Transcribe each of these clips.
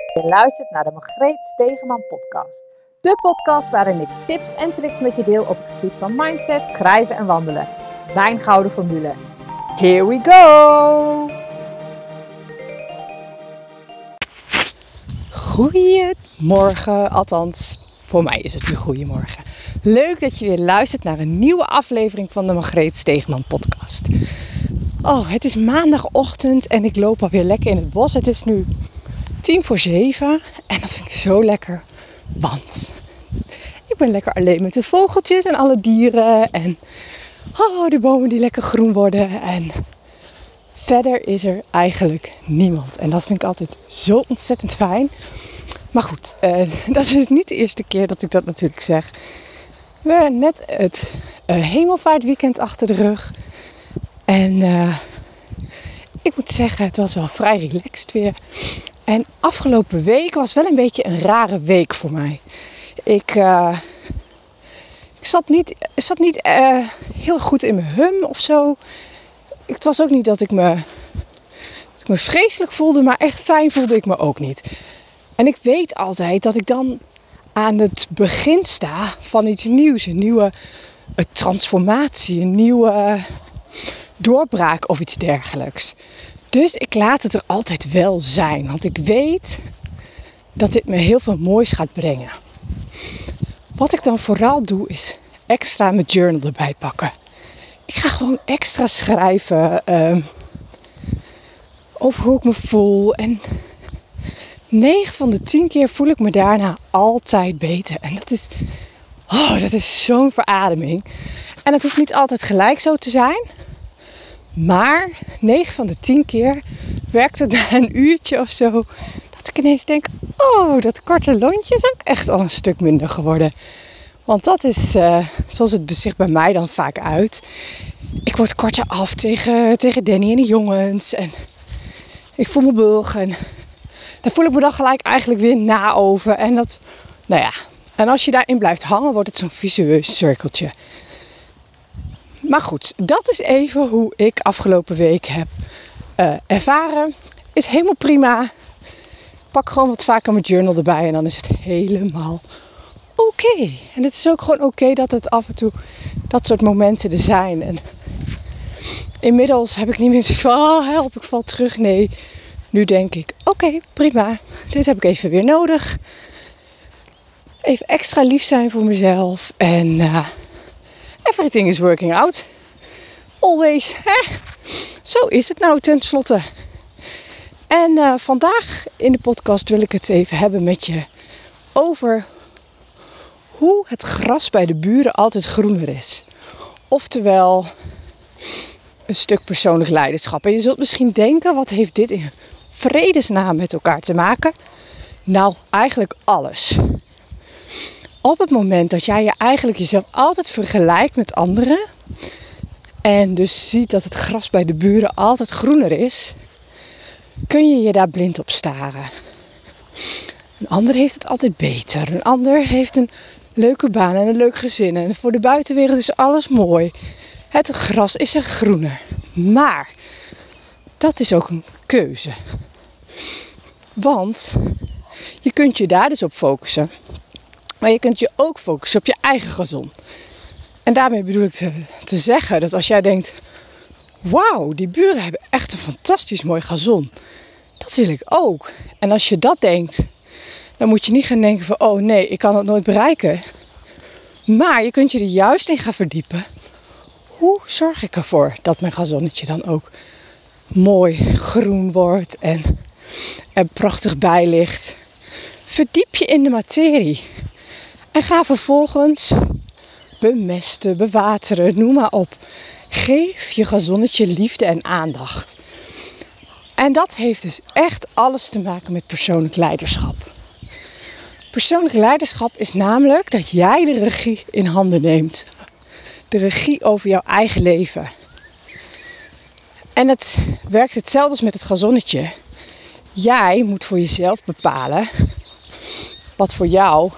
Je luistert naar de Margreet Stegeman podcast. De podcast waarin ik tips en tricks met je deel op het gebied van mindset, schrijven en wandelen. Mijn gouden formule. Here we go! Goedemorgen, althans voor mij is het nu goedemorgen. Leuk dat je weer luistert naar een nieuwe aflevering van de Margreet Stegeman podcast. Oh, het is maandagochtend en ik loop alweer lekker in het bos. Het is nu 6:50 en dat vind ik zo lekker, want ik ben lekker alleen met de vogeltjes en alle dieren en de bomen die lekker groen worden en verder is er eigenlijk niemand. En dat vind ik altijd zo ontzettend fijn. Maar goed, dat is niet de eerste keer dat ik dat natuurlijk zeg. We hebben net het hemelvaartweekend achter de rug. En ik moet zeggen, het was wel vrij relaxed weer. En afgelopen week was wel een beetje een rare week voor mij. Ik zat niet heel goed in mijn hum of zo. Het was ook niet dat ik me vreselijk voelde, maar echt fijn voelde ik me ook niet. En ik weet altijd dat ik dan aan het begin sta van iets nieuws. Een nieuwe transformatie, een nieuwe doorbraak of iets dergelijks. Dus ik laat het er altijd wel zijn. Want ik weet dat dit me heel veel moois gaat brengen. Wat ik dan vooral doe is extra mijn journal erbij pakken. Ik ga gewoon extra schrijven over hoe ik me voel. En 9 van de 10 keer voel ik me daarna altijd beter. En dat is zo'n verademing. En het hoeft niet altijd gelijk zo te zijn. Maar 9 van de 10 keer werkt het na een uurtje of zo. Dat ik ineens denk, dat korte lontje is ook echt al een stuk minder geworden. Want dat is zoals het zich bij mij dan vaak uit. Ik word korter af tegen Danny en de jongens. En ik voel me bulg. En daar voel ik me dan gelijk eigenlijk weer na over. En En als je daarin blijft hangen, wordt het zo'n visueus cirkeltje. Maar goed, dat is even hoe ik afgelopen week heb ervaren. Is helemaal prima. Pak gewoon wat vaker mijn journal erbij en dan is het helemaal oké. En het is ook gewoon oké dat het af en toe dat soort momenten er zijn. En inmiddels heb ik niet meer zoiets van, help, ik val terug. Nee, nu denk ik, oké, prima. Dit heb ik even weer nodig. Even extra lief zijn voor mezelf. En everything is working out. Always. Zo is het nou tenslotte. En vandaag in de podcast wil ik het even hebben met je over hoe het gras bij de buren altijd groener is. Oftewel een stuk persoonlijk leiderschap. En je zult misschien denken, wat heeft dit in vredesnaam met elkaar te maken? Nou, eigenlijk alles. Op het moment dat jij eigenlijk jezelf altijd vergelijkt met anderen en dus ziet dat het gras bij de buren altijd groener is, kun je je daar blind op staren. Een ander heeft het altijd beter. Een ander heeft een leuke baan en een leuk gezin. En voor de buitenwereld is alles mooi. Het gras is er groener. Maar dat is ook een keuze. Want je kunt je daar dus op focussen. Maar je kunt je ook focussen op je eigen gazon. En daarmee bedoel ik te zeggen dat als jij denkt, wauw, die buren hebben echt een fantastisch mooi gazon. Dat wil ik ook. En als je dat denkt, dan moet je niet gaan denken van, oh nee, ik kan het nooit bereiken. Maar je kunt je er juist in gaan verdiepen. Hoe zorg ik ervoor dat mijn gazonnetje dan ook mooi groen wordt en er prachtig bij ligt? Verdiep je in de materie. En ga vervolgens bemesten, bewateren, noem maar op. Geef je gazonnetje liefde en aandacht. En dat heeft dus echt alles te maken met persoonlijk leiderschap. Persoonlijk leiderschap is namelijk dat jij de regie in handen neemt. De regie over jouw eigen leven. En het werkt hetzelfde als met het gazonnetje. Jij moet voor jezelf bepalen wat voor jou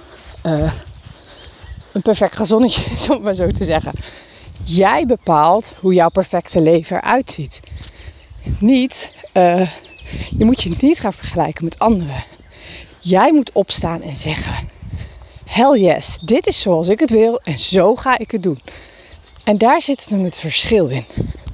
een perfect gazonnetje is, om het maar zo te zeggen. Jij bepaalt hoe jouw perfecte leven eruit ziet. Je moet je niet gaan vergelijken met anderen. Jij moet opstaan en zeggen: hell yes, dit is zoals ik het wil en zo ga ik het doen. En daar zit hem het verschil in.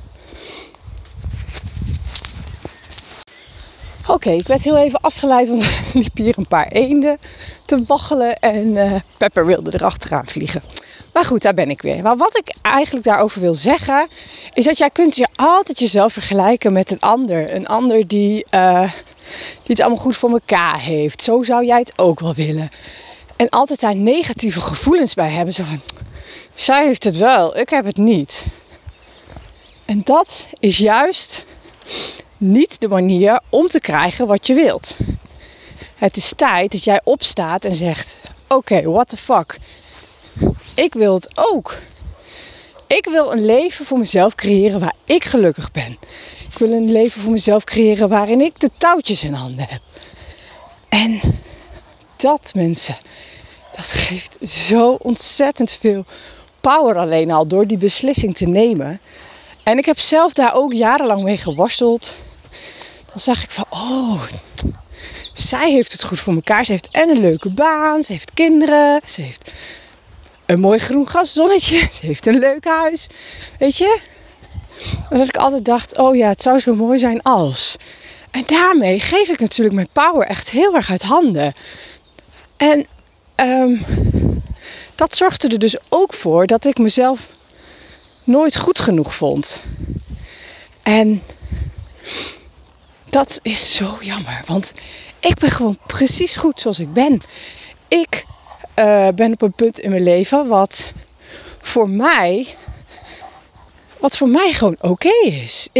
Oké, ik werd heel even afgeleid, want er liepen hier een paar eenden te waggelen en Pepper wilde erachteraan vliegen. Maar goed, daar ben ik weer. Maar wat ik eigenlijk daarover wil zeggen, is dat jij kunt je altijd jezelf vergelijken met een ander. Een ander die het allemaal goed voor elkaar heeft. Zo zou jij het ook wel willen. En altijd daar negatieve gevoelens bij hebben. Zo van, zij heeft het wel, ik heb het niet. En dat is juist niet de manier om te krijgen wat je wilt. Het is tijd dat jij opstaat en zegt: oké, what the fuck. Ik wil het ook. Ik wil een leven voor mezelf creëren waar ik gelukkig ben. Ik wil een leven voor mezelf creëren waarin ik de touwtjes in handen heb. En dat, mensen, dat geeft zo ontzettend veel power alleen al door die beslissing te nemen. En ik heb zelf daar ook jarenlang mee geworsteld. Dan zag ik van, oh, zij heeft het goed voor elkaar. Ze heeft en een leuke baan, ze heeft kinderen, ze heeft een mooi groen gazonnetje, ze heeft een leuk huis. Weet je? En dat ik altijd dacht, oh ja, het zou zo mooi zijn als. En daarmee geef ik natuurlijk mijn power echt heel erg uit handen. En dat zorgde er dus ook voor dat ik mezelf nooit goed genoeg vond. En dat is zo jammer, want ik ben gewoon precies goed zoals ik ben. Ik ben op een punt in mijn leven wat voor mij gewoon oké is.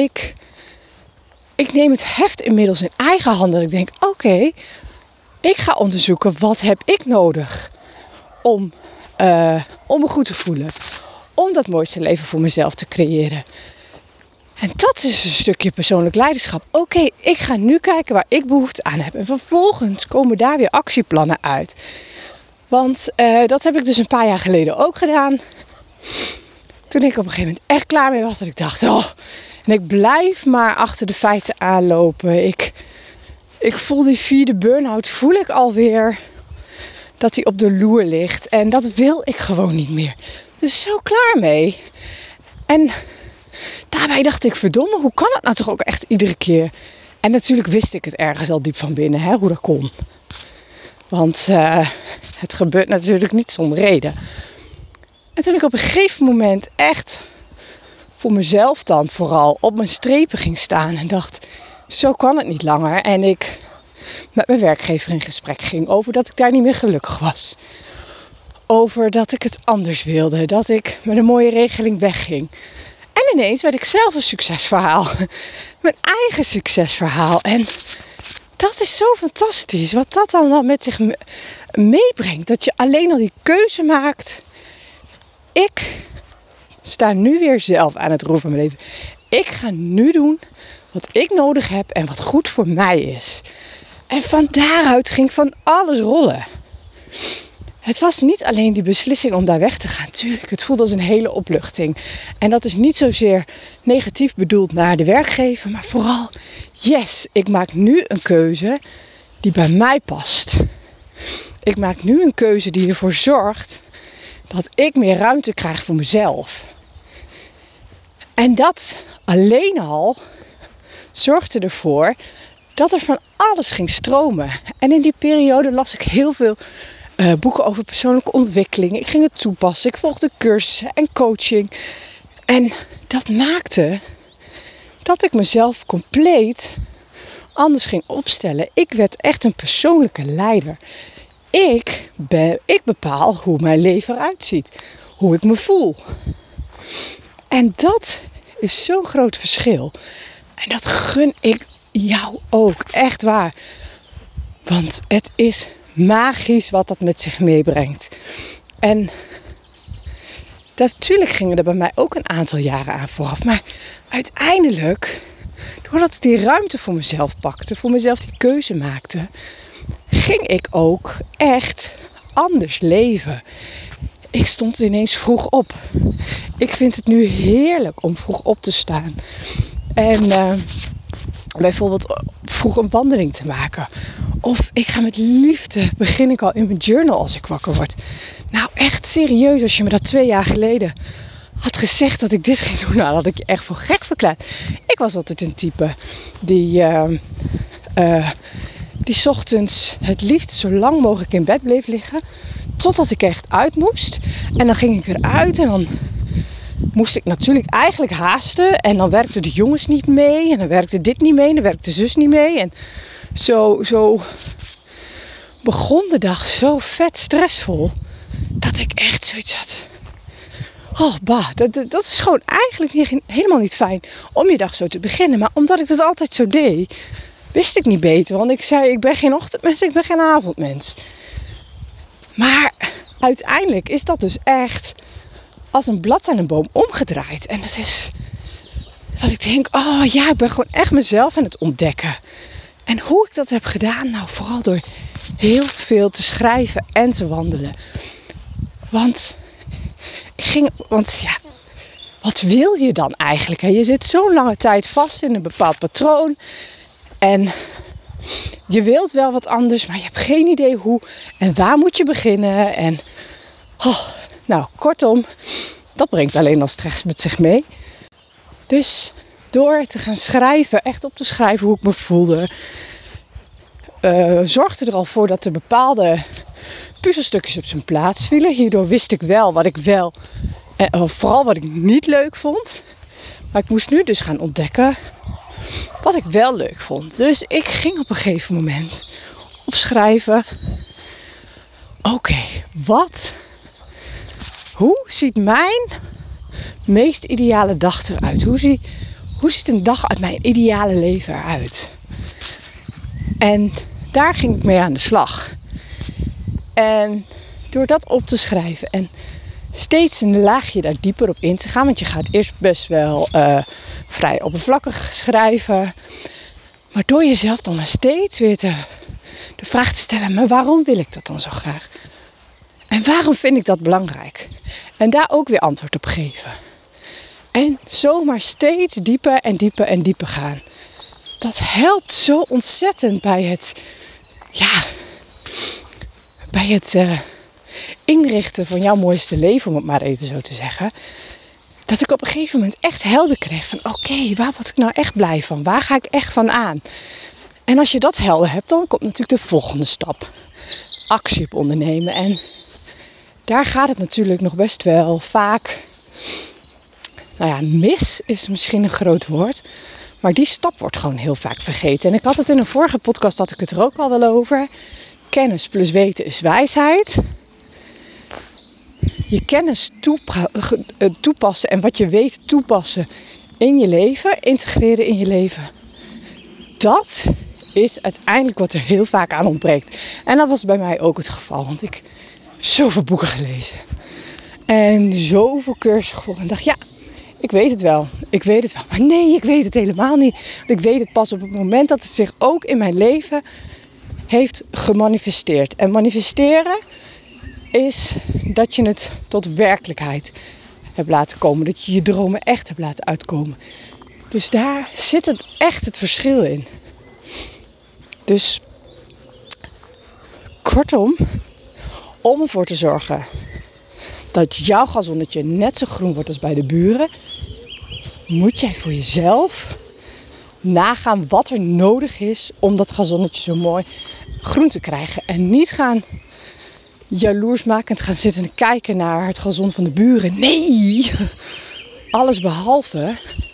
Ik neem het heft inmiddels in eigen handen. Ik denk, oké, ik ga onderzoeken wat heb ik nodig om me goed te voelen. Om dat mooiste leven voor mezelf te creëren. En dat is een stukje persoonlijk leiderschap. Oké, ik ga nu kijken waar ik behoefte aan heb. En vervolgens komen daar weer actieplannen uit. Want dat heb ik dus een paar jaar geleden ook gedaan. Toen ik op een gegeven moment echt klaar mee was. Dat ik dacht, oh, en ik blijf maar achter de feiten aanlopen. Ik voel die 4e burn-out, voel ik alweer dat die op de loer ligt. En dat wil ik gewoon niet meer. Dus zo klaar mee. En daarbij dacht ik, verdomme, hoe kan dat nou toch ook echt iedere keer? En natuurlijk wist ik het ergens al diep van binnen, hè, hoe dat kon. Want het gebeurt natuurlijk niet zonder reden. En toen ik op een gegeven moment echt voor mezelf dan vooral op mijn strepen ging staan en dacht, zo kan het niet langer. En ik met mijn werkgever in gesprek ging over dat ik daar niet meer gelukkig was. Over dat ik het anders wilde, dat ik met een mooie regeling wegging. En ineens werd ik zelf een succesverhaal. Mijn eigen succesverhaal. En dat is zo fantastisch. Wat dat dan met zich meebrengt. Dat je alleen al die keuze maakt. Ik sta nu weer zelf aan het roer van mijn leven. Ik ga nu doen wat ik nodig heb en wat goed voor mij is. En van daaruit ging van alles rollen. Het was niet alleen die beslissing om daar weg te gaan. Tuurlijk, het voelde als een hele opluchting. En dat is niet zozeer negatief bedoeld naar de werkgever. Maar vooral, yes, ik maak nu een keuze die bij mij past. Ik maak nu een keuze die ervoor zorgt dat ik meer ruimte krijg voor mezelf. En dat alleen al zorgde ervoor dat er van alles ging stromen. En in die periode las ik heel veel boeken over persoonlijke ontwikkeling. Ik ging het toepassen. Ik volgde cursussen en coaching. En dat maakte dat ik mezelf compleet anders ging opstellen. Ik werd echt een persoonlijke leider. Ik bepaal hoe mijn leven eruit ziet. Hoe ik me voel. En dat is zo'n groot verschil. En dat gun ik jou ook. Echt waar. Want het is magisch wat dat met zich meebrengt. En natuurlijk gingen er bij mij ook een aantal jaren aan vooraf. Maar uiteindelijk, doordat ik die ruimte voor mezelf pakte, voor mezelf die keuze maakte, ging ik ook echt anders leven. Ik stond ineens vroeg op. Ik vind het nu heerlijk om vroeg op te staan. En bijvoorbeeld vroeg een wandeling te maken. Of ik ga met liefde, begin ik al in mijn journal als ik wakker word. Nou echt serieus, als je me dat 2 jaar geleden had gezegd dat ik dit ging doen, nou, had ik je echt voor gek verklaard. Ik was altijd een type die 's ochtends het liefst zo lang mogelijk in bed bleef liggen. Totdat ik echt uit moest. En dan ging ik eruit en dan moest ik natuurlijk eigenlijk haasten. En dan werkten de jongens niet mee. En dan werkte dit niet mee. En dan werkte zus niet mee. En zo begon de dag zo vet stressvol. Dat ik echt zoiets had. Oh, dat is gewoon eigenlijk helemaal niet fijn om je dag zo te beginnen. Maar omdat ik dat altijd zo deed, wist ik niet beter. Want ik zei, ik ben geen ochtendmens, ik ben geen avondmens. Maar uiteindelijk is dat dus echt als een blad aan een boom omgedraaid. En dat is dat ik denk, oh ja, ik ben gewoon echt mezelf aan het ontdekken. En hoe ik dat heb gedaan? Nou, vooral door heel veel te schrijven en te wandelen. Want ja, wat wil je dan eigenlijk? Je zit zo'n lange tijd vast in een bepaald patroon. En je wilt wel wat anders, maar je hebt geen idee hoe en waar moet je beginnen. En nou, kortom, dat brengt alleen al stress met zich mee. Dus door te gaan schrijven, echt op te schrijven hoe ik me voelde, zorgde er al voor dat er bepaalde puzzelstukjes op zijn plaats vielen. Hierdoor wist ik wel wat ik wel en vooral wat ik niet leuk vond. Maar ik moest nu dus gaan ontdekken wat ik wel leuk vond. Dus ik ging op een gegeven moment opschrijven. Oké, hoe ziet mijn meest ideale dag eruit? Hoe ziet een dag uit mijn ideale leven eruit? En daar ging ik mee aan de slag. En door dat op te schrijven en steeds een laagje daar dieper op in te gaan. Want je gaat eerst best wel vrij oppervlakkig schrijven. Maar door jezelf dan maar steeds weer de vraag te stellen. Maar waarom wil ik dat dan zo graag? En waarom vind ik dat belangrijk? En daar ook weer antwoord op geven. En zomaar steeds dieper en dieper en dieper gaan. Dat helpt zo ontzettend bij het inrichten van jouw mooiste leven, om het maar even zo te zeggen. Dat ik op een gegeven moment echt helder kreeg van oké, waar word ik nou echt blij van? Waar ga ik echt van aan? En als je dat helder hebt, dan komt natuurlijk de volgende stap. Actie op ondernemen. En daar gaat het natuurlijk nog best wel vaak. Nou ja, mis is misschien een groot woord. Maar die stap wordt gewoon heel vaak vergeten. En ik had het in een vorige podcast, had ik het er ook al wel over. Kennis plus weten is wijsheid. Je kennis toepassen en wat je weet toepassen in je leven, integreren in je leven. Dat is uiteindelijk wat er heel vaak aan ontbreekt. En dat was bij mij ook het geval, want ik heb zoveel boeken gelezen. En zoveel cursussen gevolgd. En dacht, ja, ik weet het wel. Maar nee, ik weet het helemaal niet. Want ik weet het pas op het moment dat het zich ook in mijn leven heeft gemanifesteerd. En manifesteren is dat je het tot werkelijkheid hebt laten komen. Dat je je dromen echt hebt laten uitkomen. Dus daar zit het verschil in. Dus kortom, om ervoor te zorgen dat jouw gazonnetje net zo groen wordt als bij de buren, moet jij voor jezelf nagaan wat er nodig is om dat gazonnetje zo mooi groen te krijgen. En niet gaan jaloersmakend gaan zitten kijken naar het gazon van de buren. Nee, alles behalve.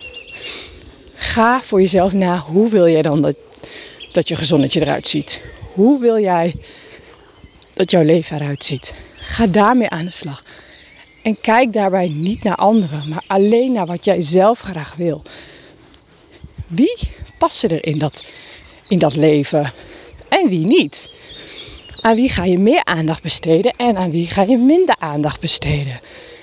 Ga voor jezelf na, hoe wil jij dan dat je gazonnetje eruit ziet? Hoe wil jij dat jouw leven eruit ziet? Ga daarmee aan de slag. En kijk daarbij niet naar anderen, maar alleen naar wat jij zelf graag wil. Wie passen er in dat leven en wie niet? Aan wie ga je meer aandacht besteden en aan wie ga je minder aandacht besteden?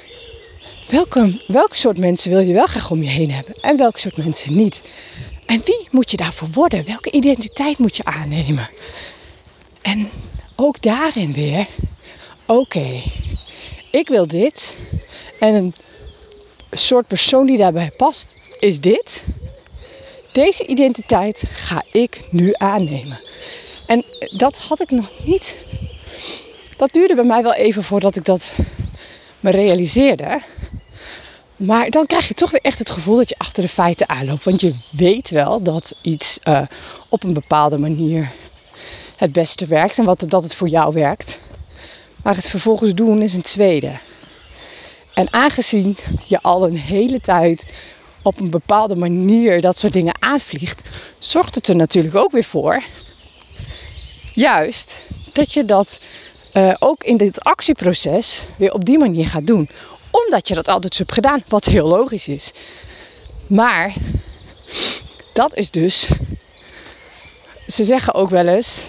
Welk soort mensen wil je wel graag om je heen hebben en welk soort mensen niet? En wie moet je daarvoor worden? Welke identiteit moet je aannemen? En ook daarin weer, oké, ik wil dit en een soort persoon die daarbij past is dit. Deze identiteit ga ik nu aannemen. En dat had ik nog niet. Dat duurde bij mij wel even voordat ik dat me realiseerde. Maar dan krijg je toch weer echt het gevoel dat je achter de feiten aanloopt. Want je weet wel dat iets op een bepaalde manier het beste werkt. En dat het voor jou werkt. Maar het vervolgens doen is een tweede. En aangezien je al een hele tijd op een bepaalde manier dat soort dingen aanvliegt, zorgt het er natuurlijk ook weer voor, juist, dat je dat ook in dit actieproces weer op die manier gaat doen. Omdat je dat altijd zo hebt gedaan, wat heel logisch is. Maar dat is dus, ze zeggen ook wel eens,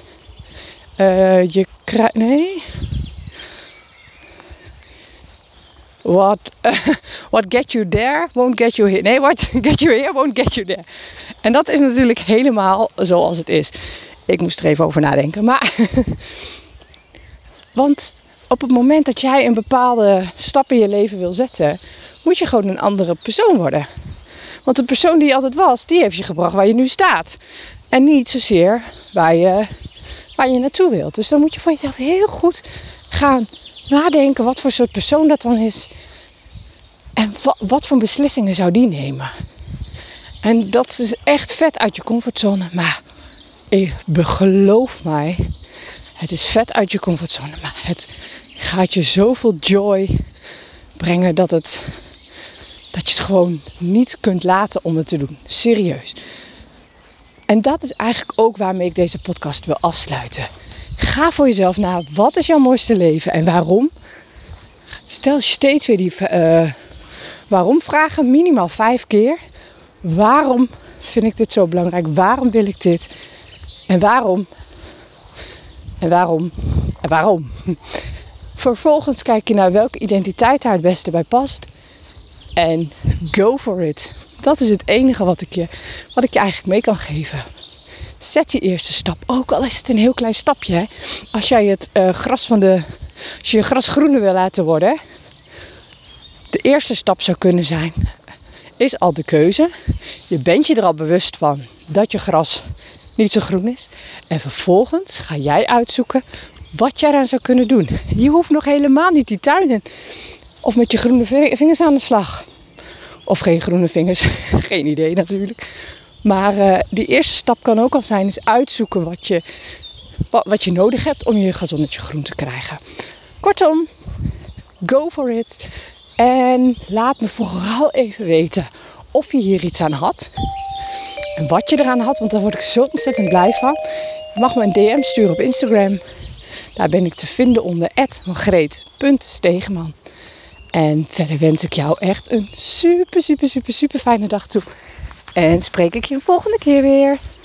What get you there won't get you here. Nee, what get you here won't get you there. En dat is natuurlijk helemaal zoals het is. Ik moest er even over nadenken. Maar want op het moment dat jij een bepaalde stap in je leven wil zetten, moet je gewoon een andere persoon worden. Want de persoon die je altijd was, die heeft je gebracht waar je nu staat. En niet zozeer waar je naartoe wilt. Dus dan moet je voor jezelf heel goed gaan nadenken wat voor soort persoon dat dan is. En wat voor beslissingen zou die nemen. En dat is echt vet uit je comfortzone. Maar geloof mij, het is vet uit je comfortzone. Maar het gaat je zoveel joy brengen dat je het gewoon niet kunt laten om het te doen. Serieus. En dat is eigenlijk ook waarmee ik deze podcast wil afsluiten. Ga voor jezelf na, wat is jouw mooiste leven en waarom? Stel je steeds weer die waarom vragen, minimaal 5 keer. Waarom vind ik dit zo belangrijk? Waarom wil ik dit? En waarom? En waarom? En waarom? Vervolgens kijk je naar welke identiteit daar het beste bij past. En go for it. Dat is het enige wat ik je eigenlijk mee kan geven. Zet die eerste stap. Ook al is het een heel klein stapje. Hè? Als jij als je je gras groener wil laten worden. De eerste stap zou kunnen zijn. Is al de keuze. Je bent je er al bewust van dat je gras niet zo groen is. En vervolgens ga jij uitzoeken wat jij eraan zou kunnen doen. Je hoeft nog helemaal niet die tuinen of met je groene vingers aan de slag. Of geen groene vingers. Geen idee natuurlijk. Maar die eerste stap kan ook al zijn, is uitzoeken wat je nodig hebt om je gazonnetje groen te krijgen. Kortom, go for it. En laat me vooral even weten of je hier iets aan had. En wat je eraan had, want daar word ik zo ontzettend blij van. Je mag me een DM sturen op Instagram. Daar ben ik te vinden onder @margreet.stegeman. En verder wens ik jou echt een super fijne dag toe. En spreek ik je een volgende keer weer.